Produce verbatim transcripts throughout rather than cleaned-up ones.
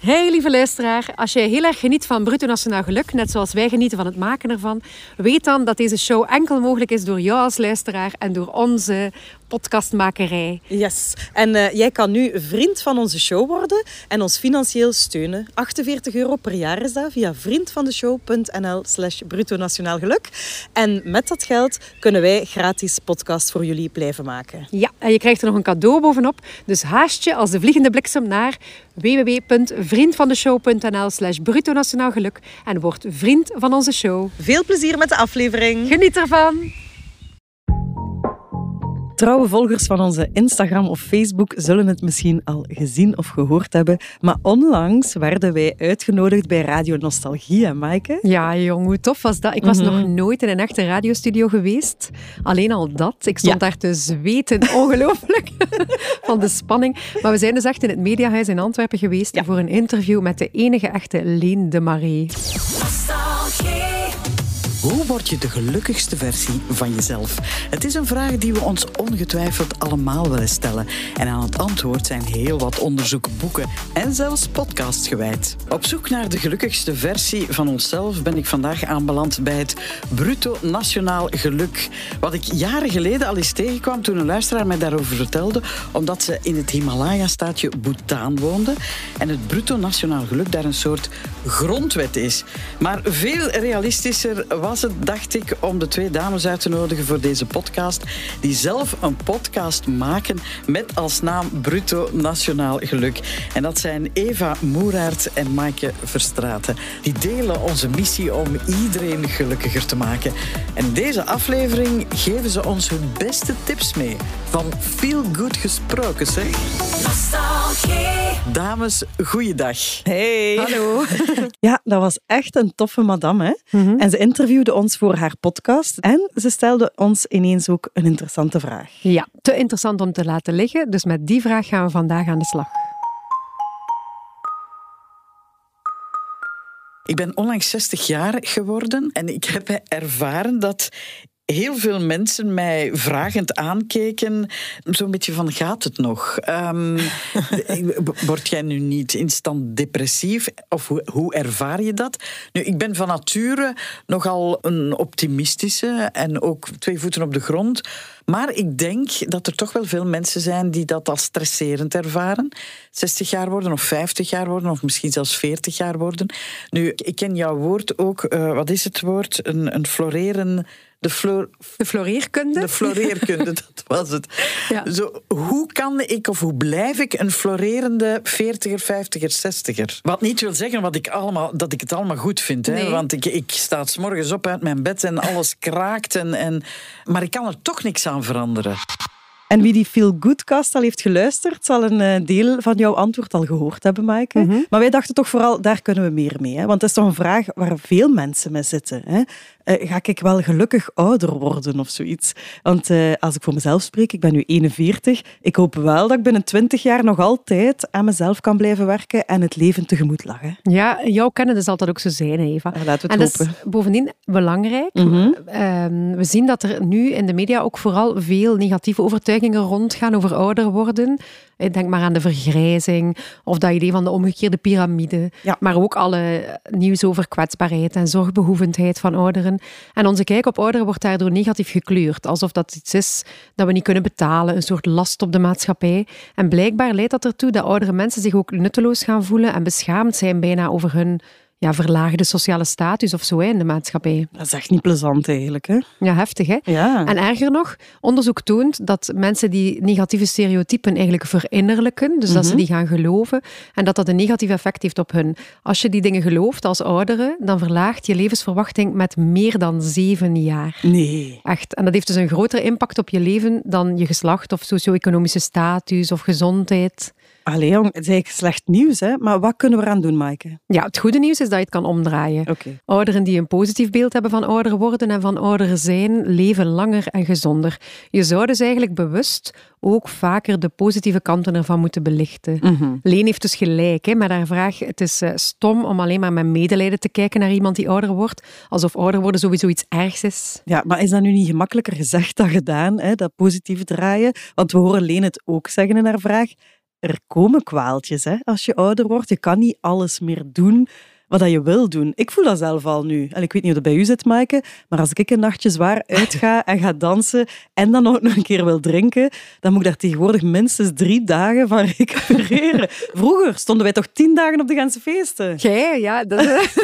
Hey lieve luisteraar, als jij heel erg geniet van Bruto Nationaal Geluk, net zoals wij genieten van het maken ervan, weet dan dat deze show enkel mogelijk is door jou als luisteraar en door onze podcastmakerij. Yes. En uh, jij kan nu vriend van onze show worden en ons financieel steunen. achtenveertig euro per jaar is dat via vriendvandeshow.nl slash bruto nationaal geluk. En met dat geld kunnen wij gratis podcasts voor jullie blijven maken. Ja, en je krijgt er nog een cadeau bovenop. Dus haast je als de vliegende bliksem naar w w w punt vriendvandeshow.nl slash bruto nationaal geluk en word vriend van onze show. Veel plezier met de aflevering. Geniet ervan! Trouwe volgers van onze Instagram of Facebook zullen het misschien al gezien of gehoord hebben, maar onlangs werden wij uitgenodigd bij Radio Nostalgie, hè, Maaike? Ja, jong, hoe tof was dat? Ik was Mm-hmm. nog nooit in een echte radiostudio geweest. Alleen al dat. Ik stond Ja. daar te zweten, ongelooflijk, van de spanning. Maar we zijn dus echt in het Mediahuis in Antwerpen geweest Ja. voor een interview met de enige echte Leen de Marais. Hoe word je de gelukkigste versie van jezelf? Het is een vraag die we ons ongetwijfeld allemaal willen stellen. En aan het antwoord zijn heel wat onderzoek, boeken en zelfs podcasts gewijd. Op zoek naar de gelukkigste versie van onszelf ben ik vandaag aanbeland bij het Bruto Nationaal Geluk. Wat ik jaren geleden al eens tegenkwam toen een luisteraar mij daarover vertelde, omdat ze in het Himalaya-staatje Bhutan woonde en het Bruto Nationaal Geluk daar een soort grondwet is. Maar veel realistischer was het, dacht ik, om de twee dames uit te nodigen voor deze podcast, die zelf een podcast maken met als naam Bruto Nationaal Geluk. En dat zijn Eva Moeraert en Maaike Verstraeten. Die delen onze missie om iedereen gelukkiger te maken. En in deze aflevering geven ze ons hun beste tips mee. Van feel good gesproken, zeg. Dames, goeiedag. Hey. Hallo. Ja, dat was echt een toffe madame, hè? Mhm. En ze interviewde ons voor haar podcast en ze stelde ons ineens ook een interessante vraag. Ja, te interessant om te laten liggen. Dus met die vraag gaan we vandaag aan de slag. Ik ben onlangs zestig jaar geworden en ik heb ervaren dat heel veel mensen mij vragend aankeken, zo'n beetje van, gaat het nog? Um, word jij nu niet instant depressief? Of hoe, hoe ervaar je dat? Nu, ik ben van nature nogal een optimistische en ook twee voeten op de grond. Maar ik denk dat er toch wel veel mensen zijn die dat als stresserend ervaren. zestig jaar worden of vijftig jaar worden of misschien zelfs veertig jaar worden. Nu, ik ken jouw woord ook, uh, wat is het woord? Een, een floreren... De, flor... De floreerkunde? De floreerkunde, dat was het. Ja. Zo, hoe kan ik of hoe blijf ik een florerende veertiger, vijftiger, zestiger? Wat niet wil zeggen wat ik allemaal, dat ik het allemaal goed vind. Hè? Nee. Want ik, ik sta 's morgens op uit mijn bed en alles kraakt. En, en... Maar ik kan er toch niks aan veranderen. En wie die Feel Goodcast al heeft geluisterd, zal een uh, deel van jouw antwoord al gehoord hebben, Maaike. Mm-hmm. Maar wij dachten toch vooral, daar kunnen we meer mee. Hè? Want het is toch een vraag waar veel mensen mee zitten. Hè? Uh, ga ik wel gelukkig ouder worden of zoiets? Want uh, als ik voor mezelf spreek, ik ben nu eenenveertig, ik hoop wel dat ik binnen twintig jaar nog altijd aan mezelf kan blijven werken en het leven tegemoet lachen. Ja, jouw kennende zal dat ook zo zijn, Eva. Uh, laten we en het dat hopen. is bovendien belangrijk. Mm-hmm. Uh, we zien dat er nu in de media ook vooral veel negatieve overtuigingen rondgaan over ouder worden. Ik denk maar aan de vergrijzing of dat idee van de omgekeerde piramide. Ja. Maar ook alle nieuws over kwetsbaarheid en zorgbehoevendheid van ouderen. En onze kijk op ouderen wordt daardoor negatief gekleurd. Alsof dat iets is dat we niet kunnen betalen, een soort last op de maatschappij. En blijkbaar leidt dat ertoe dat oudere mensen zich ook nutteloos gaan voelen en beschaamd zijn bijna over hun ja, verlaagde sociale status of zo hè, in de maatschappij. Dat is echt niet plezant eigenlijk, hè? Ja, heftig hè? Ja. En erger nog, onderzoek toont dat mensen die negatieve stereotypen eigenlijk verinnerlijken, dus mm-hmm. dat ze die gaan geloven, en dat dat een negatief effect heeft op hun. Als je die dingen gelooft als ouderen, dan verlaagt je levensverwachting met meer dan zeven jaar. Nee. Echt. En dat heeft dus een grotere impact op je leven dan je geslacht of socio-economische status of gezondheid. Allee, jong, het is eigenlijk slecht nieuws, hè? Maar wat kunnen we eraan doen, Maaike? Ja, het goede nieuws is dat je het kan omdraaien. Okay. Ouderen die een positief beeld hebben van ouder worden en van ouder zijn, leven langer en gezonder. Je zou dus eigenlijk bewust ook vaker de positieve kanten ervan moeten belichten. Mm-hmm. Leen heeft dus gelijk hè, met haar vraag. Het is uh, stom om alleen maar met medelijden te kijken naar iemand die ouder wordt, alsof ouder worden sowieso iets ergs is. Ja, maar is dat nu niet gemakkelijker gezegd dan gedaan, hè? Dat positief draaien? Want we horen Leen het ook zeggen in haar vraag. er komen kwaaltjes hè, als je ouder wordt. Je kan niet alles meer doen wat je wil doen. Ik voel dat zelf al nu. En ik weet niet hoe dat bij u zit, Maaike, maar als ik een nachtje zwaar uitga en ga dansen en dan ook nog een keer wil drinken, dan moet ik daar tegenwoordig minstens drie dagen van recupereren. Vroeger stonden wij toch tien dagen op de Gentse feesten. Jij, ja. Dat is...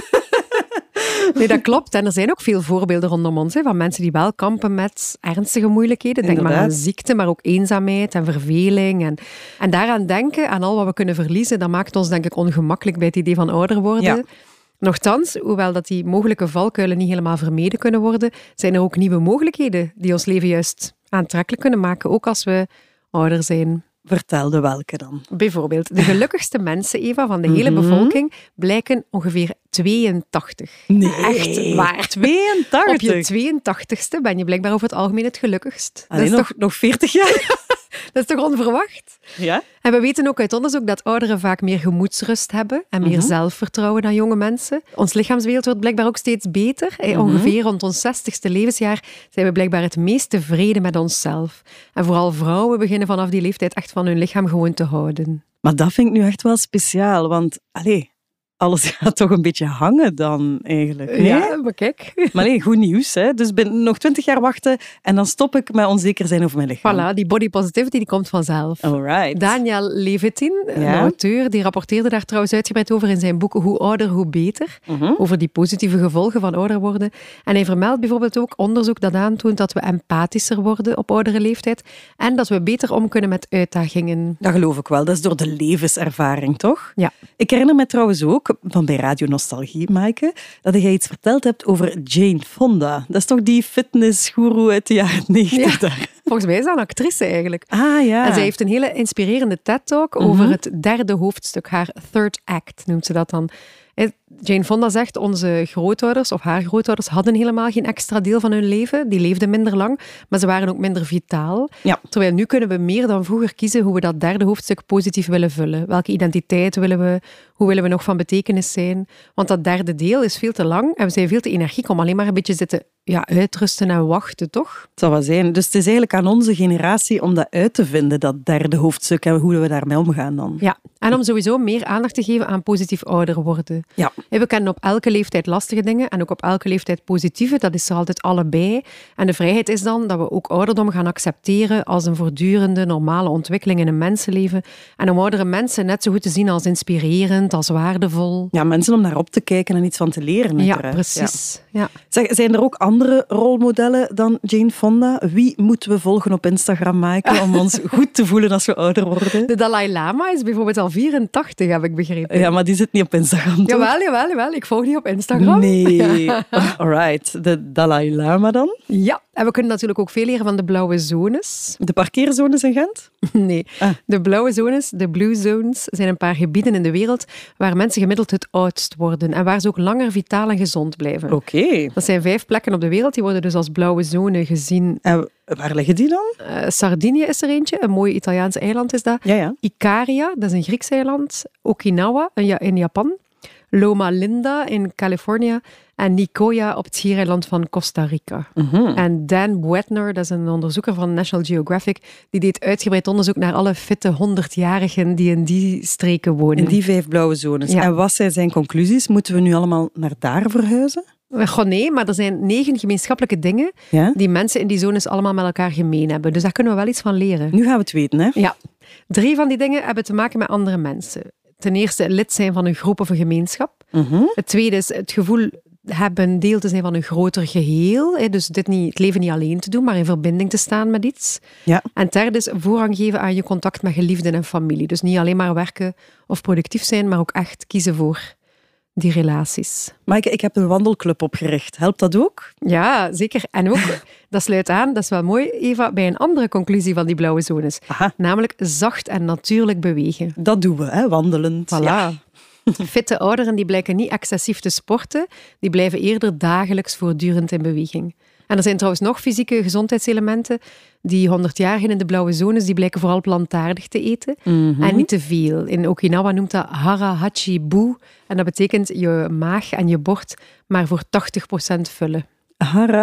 Nee, dat klopt. En er zijn ook veel voorbeelden rondom ons hè, van mensen die wel kampen met ernstige moeilijkheden. Denk maar aan ziekte, maar ook eenzaamheid en verveling. En, en daaraan denken, aan al wat we kunnen verliezen, dat maakt ons denk ik ongemakkelijk bij het idee van ouder worden. Ja. Nochtans, hoewel dat die mogelijke valkuilen niet helemaal vermeden kunnen worden, zijn er ook nieuwe mogelijkheden die ons leven juist aantrekkelijk kunnen maken, ook als we ouder zijn. Vertel de welke dan? Bijvoorbeeld, de gelukkigste mensen, Eva, van de hele bevolking blijken ongeveer tweeëntachtig. Nee, echt waar. tweeëntachtig? Op je tweeëntachtigste ben je blijkbaar over het algemeen het gelukkigst. Allee, dat is nog, toch... nog veertig jaar? Dat is toch onverwacht? Ja? En we weten ook uit onderzoek dat ouderen vaak meer gemoedsrust hebben en meer mm-hmm. zelfvertrouwen dan jonge mensen. Ons lichaamsbeeld wordt blijkbaar ook steeds beter. Mm-hmm. Ongeveer rond ons zestigste levensjaar zijn we blijkbaar het meest tevreden met onszelf. En vooral vrouwen beginnen vanaf die leeftijd echt van hun lichaam gewoon te houden. Maar dat vind ik nu echt wel speciaal, want... Allez, alles gaat toch een beetje hangen dan, eigenlijk. Nee? Ja, maar kijk. Maar nee, goed nieuws. Hè? Dus ben nog twintig jaar wachten en dan stop ik met onzeker zijn over mijn lichaam. Voilà, die body positivity die komt vanzelf. Alright. Daniel Levitin, ja? een auteur, die rapporteerde daar trouwens uitgebreid over in zijn boek Hoe ouder, hoe beter. Uh-huh. Over die positieve gevolgen van ouder worden. En hij vermeldt bijvoorbeeld ook onderzoek dat aantoont dat we empathischer worden op oudere leeftijd en dat we beter om kunnen met uitdagingen. Dat geloof ik wel. Dat is door de levenservaring, toch? Ja. Ik herinner me trouwens ook van bij Radio Nostalgie, Maaike, dat jij iets verteld hebt over Jane Fonda. Dat is toch die fitnessgoeroe uit de jaren negentig ja. daar? Volgens mij is dat een actrice eigenlijk. Ah ja. En zij heeft een hele inspirerende TED-talk mm-hmm. over het derde hoofdstuk, haar third act noemt ze dat dan. Jane Fonda zegt, onze grootouders of haar grootouders hadden helemaal geen extra deel van hun leven. Die leefden minder lang, maar ze waren ook minder vitaal. Ja. Terwijl nu kunnen we meer dan vroeger kiezen hoe we dat derde hoofdstuk positief willen vullen. Welke identiteit willen we, hoe willen we nog van betekenis zijn? Want dat derde deel is veel te lang en we zijn veel te energiek om alleen maar een beetje zitten ja, uitrusten en wachten, toch? Het zal wel zijn. Dus het is eigenlijk aan onze generatie om dat uit te vinden, dat derde hoofdstuk, en hoe we daarmee omgaan dan. Ja, en om sowieso meer aandacht te geven aan positief ouder worden. Ja. We kennen op elke leeftijd lastige dingen en ook op elke leeftijd positieve. Dat is er altijd allebei. En de vrijheid is dan dat we ook ouderdom gaan accepteren als een voortdurende, normale ontwikkeling in een mensenleven. En om oudere mensen net zo goed te zien als inspirerend, als waardevol. Ja, mensen om naar op te kijken en iets van te leren. Ja, precies. Ja. Ja. Zeg, zijn er ook andere rolmodellen dan Jane Fonda? Wie moeten we volgen op Instagram, maken om ons goed te voelen als we ouder worden? De Dalai Lama is bijvoorbeeld al vierentachtig, heb ik begrepen. Ja, maar die zit niet op Instagram, toch? Jawel, jawel, jawel. Ik volg die op Instagram. Nee. Alright. De Dalai Lama dan? Ja. En we kunnen natuurlijk ook veel leren van de blauwe zones. De parkeerzones in Gent? Nee. Ah. De blauwe zones, de blue zones, zijn een paar gebieden in de wereld waar mensen gemiddeld het oudst worden en waar ze ook langer vitaal en gezond blijven. Oké. Okay. Dat zijn vijf plekken op de wereld, die worden dus als blauwe zone gezien. En waar liggen die dan? Uh, Sardinië is er eentje, een mooi Italiaans eiland is dat. Ja, ja. Ikaria, dat is een Grieks eiland. Okinawa in Japan. Loma Linda in Californië en Nicoya op het schiereiland van Costa Rica. Mm-hmm. En Dan Buettner, dat is een onderzoeker van National Geographic, die deed uitgebreid onderzoek naar alle fitte honderdjarigen die in die streken wonen. In die vijf blauwe zones. Ja. En wat zijn zijn conclusies? Moeten we nu allemaal naar daar verhuizen? Goh, nee, maar er zijn negen gemeenschappelijke dingen ja? die mensen in die zones allemaal met elkaar gemeen hebben. Dus daar kunnen we wel iets van leren. Nu gaan we het weten, hè? Ja. Drie van die dingen hebben te maken met andere mensen. Ten eerste lid zijn van een groep of een gemeenschap. Mm-hmm. Het tweede is het gevoel hebben deel te zijn van een groter geheel. Dus dit niet, het leven niet alleen te doen, maar in verbinding te staan met iets. Ja. En het derde is voorrang geven aan je contact met geliefden en familie. Dus niet alleen maar werken of productief zijn, maar ook echt kiezen voor die relaties. Maaike, ik heb een wandelclub opgericht. Helpt dat ook? Ja, zeker. En ook, dat sluit aan, dat is wel mooi, Eva, bij een andere conclusie van die blauwe zones. Aha. Namelijk zacht en natuurlijk bewegen. Dat doen we, hè? Wandelend. Voilà. Ja. Fitte ouderen die blijken niet excessief te sporten, die blijven eerder dagelijks voortdurend in beweging. En er zijn trouwens nog fysieke gezondheidselementen. Die honderdjarigen in de blauwe zones die blijken vooral plantaardig te eten. Mm-hmm. En niet te veel. In Okinawa noemt dat hara hachi bu. En dat betekent je maag en je bord maar voor tachtig procent vullen. Hara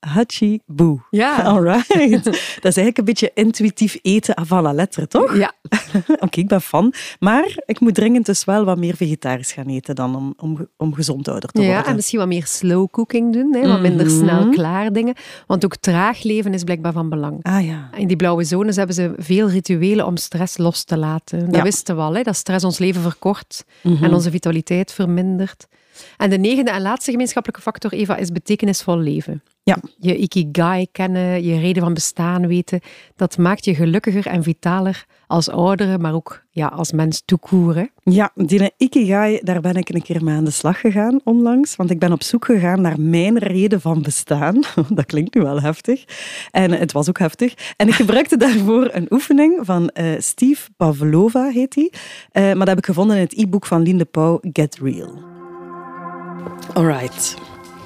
hachi, boe. Ja. Alright. Dat is eigenlijk een beetje intuïtief eten avant la lettre, toch? Ja. Oké, okay, ik ben fan. Maar ik moet dringend dus wel wat meer vegetarisch gaan eten dan om, om, om gezond ouder te worden. Ja, en misschien wat meer slow cooking doen. Hè, wat minder Mm-hmm. snel klaar dingen. Want ook traag leven is blijkbaar van belang. Ah ja. In die blauwe zones hebben ze veel rituelen om stress los te laten. Dat Ja. wisten we al, hè, dat stress ons leven verkort Mm-hmm. en onze vitaliteit vermindert. En de negende en laatste gemeenschappelijke factor, Eva, is betekenisvol leven. Ja. Je ikigai kennen, je reden van bestaan weten, dat maakt je gelukkiger en vitaler als oudere, maar ook ja, als mens tout court, hè. Ja, die ikigai, daar ben ik een keer mee aan de slag gegaan onlangs. Want ik ben op zoek gegaan naar mijn reden van bestaan. Dat klinkt nu wel heftig. En het was ook heftig. En ik gebruikte daarvoor een oefening van uh, Steve Pavlova, heet die. Uh, maar dat heb ik gevonden in het e-book van Lien de Pauw, Get Real. Alright.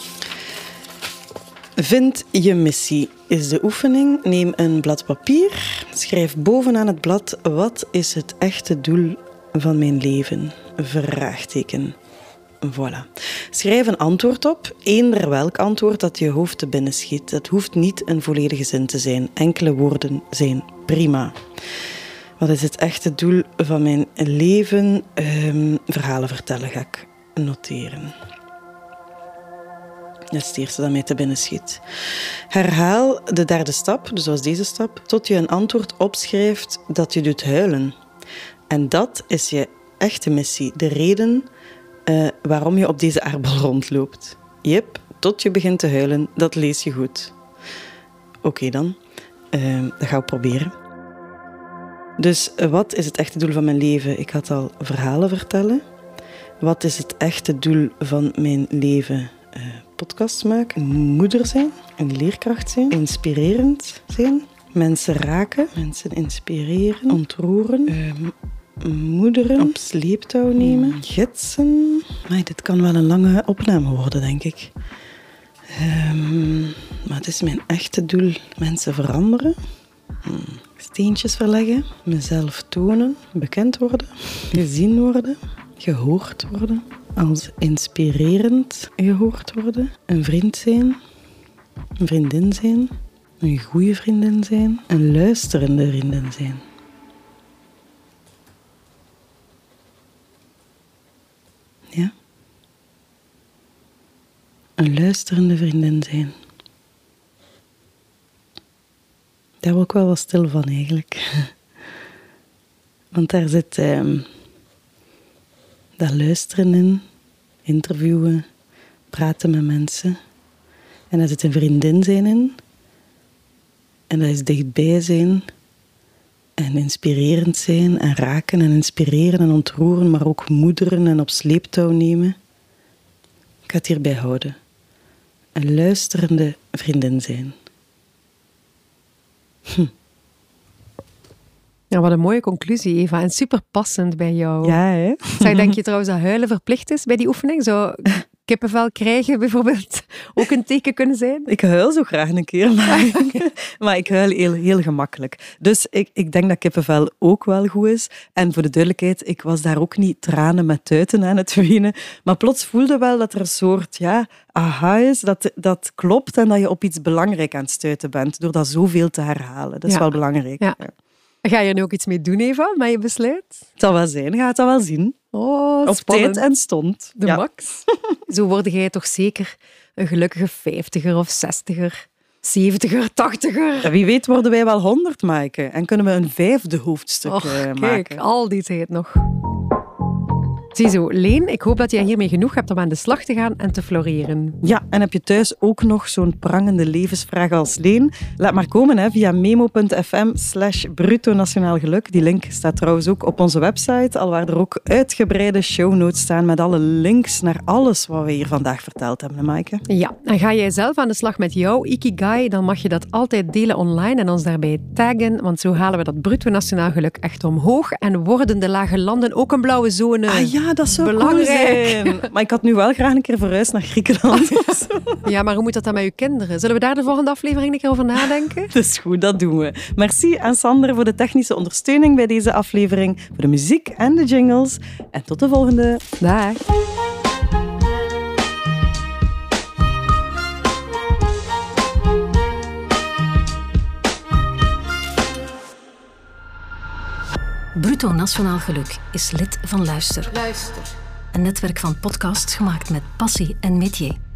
Vind je missie is de oefening. Neem een blad papier. Schrijf bovenaan het blad: wat is het echte doel van mijn leven? Vraagteken. Voilà. Schrijf een antwoord op. Eender welk antwoord dat je hoofd te binnen schiet. Dat hoeft niet een volledige zin te zijn. Enkele woorden zijn prima. Wat is het echte doel van mijn leven? Um, verhalen vertellen ga ik noteren. Dat is het eerste dat mij te binnen schiet. Herhaal de derde stap, dus zoals deze stap, tot je een antwoord opschrijft dat je doet huilen. En dat is je echte missie, de reden uh, waarom je op deze aardbol rondloopt. Jep, tot je begint te huilen, dat lees je goed. Oké okay dan, uh, dat gaan we proberen. Dus uh, wat is het echte doel van mijn leven? Ik had al verhalen vertellen. Wat is het echte doel van mijn leven? Uh, podcast maken, moeder zijn, een leerkracht zijn, inspirerend zijn, mensen raken, mensen inspireren, ontroeren, uh, moederen, op sleeptouw nemen, gidsen. Maar dit kan wel een lange opname worden, denk ik. Um, maar het is mijn echte doel, mensen veranderen, hmm. steentjes verleggen, mezelf tonen, bekend worden, gezien worden, gehoord worden. Als inspirerend gehoord worden. Een vriend zijn. Een vriendin zijn. Een goede vriendin zijn. Een luisterende vriendin zijn. Ja? Een luisterende vriendin zijn. Daar word ik wel wat stil van eigenlijk. Want daar zit... Um, dat luisteren in, interviewen, praten met mensen. En daar zit een vriendin zijn in. En dat is dichtbij zijn. En inspirerend zijn en raken en inspireren en ontroeren. Maar ook moederen en op sleeptouw nemen. Ik ga het hierbij houden. Een luisterende vriendin zijn. Hm. Ja, wat een mooie conclusie, Eva. En super passend bij jou. Ja, hè? Zeg, denk je trouwens dat huilen verplicht is bij die oefening? Zou kippenvel krijgen bijvoorbeeld ook een teken kunnen zijn? Ik huil zo graag een keer, maar, maar ik huil heel, heel gemakkelijk. Dus ik, ik denk dat kippenvel ook wel goed is. En voor de duidelijkheid, ik was daar ook niet tranen met tuiten aan het wenen. Maar plots voelde wel dat er een soort ja, aha is, dat, dat klopt en dat je op iets belangrijk aan het stuiten bent, door dat zoveel te herhalen. Dat is ja. wel belangrijk. Ja. Ja. Ga je er nu ook iets mee doen, Eva, met je besluit? Het zal wel zijn, ga het dan wel zien. Oh, op spannend. tijd en stond. De ja. max. Zo word jij toch zeker een gelukkige vijftiger of zestiger, zeventiger, tachtiger. Ja, wie weet worden wij wel honderd maken en kunnen we een vijfde hoofdstuk Och, uh, kijk, maken. al die tijd nog. Ziezo, Leen, ik hoop dat jij hiermee genoeg hebt om aan de slag te gaan en te floreren. Ja, en heb je thuis ook nog zo'n prangende levensvraag als Leen? Laat maar komen hè, via memo.fm slash bruto nationaal geluk. Die link staat trouwens ook op onze website, alwaar er ook uitgebreide shownotes staan met alle links naar alles wat we hier vandaag verteld hebben, Maaike. Ja, en ga jij zelf aan de slag met jouw ikigai, dan mag je dat altijd delen online en ons daarbij taggen, want zo halen we dat bruto nationaal geluk echt omhoog en worden de lage landen ook een blauwe zone. Ah ja, dat zou belangrijk cool zijn. Maar ik had nu wel graag een keer verhuisd naar Griekenland. Ja, maar hoe moet dat dan met je kinderen? Zullen we daar de volgende aflevering een keer over nadenken? Dat is goed, dat doen we. Merci aan Sander voor de technische ondersteuning bij deze aflevering, voor de muziek en de jingles. En tot de volgende. Dag. Bruto Nationaal Geluk is lid van Luister. Luister. Een netwerk van podcasts gemaakt met passie en métier.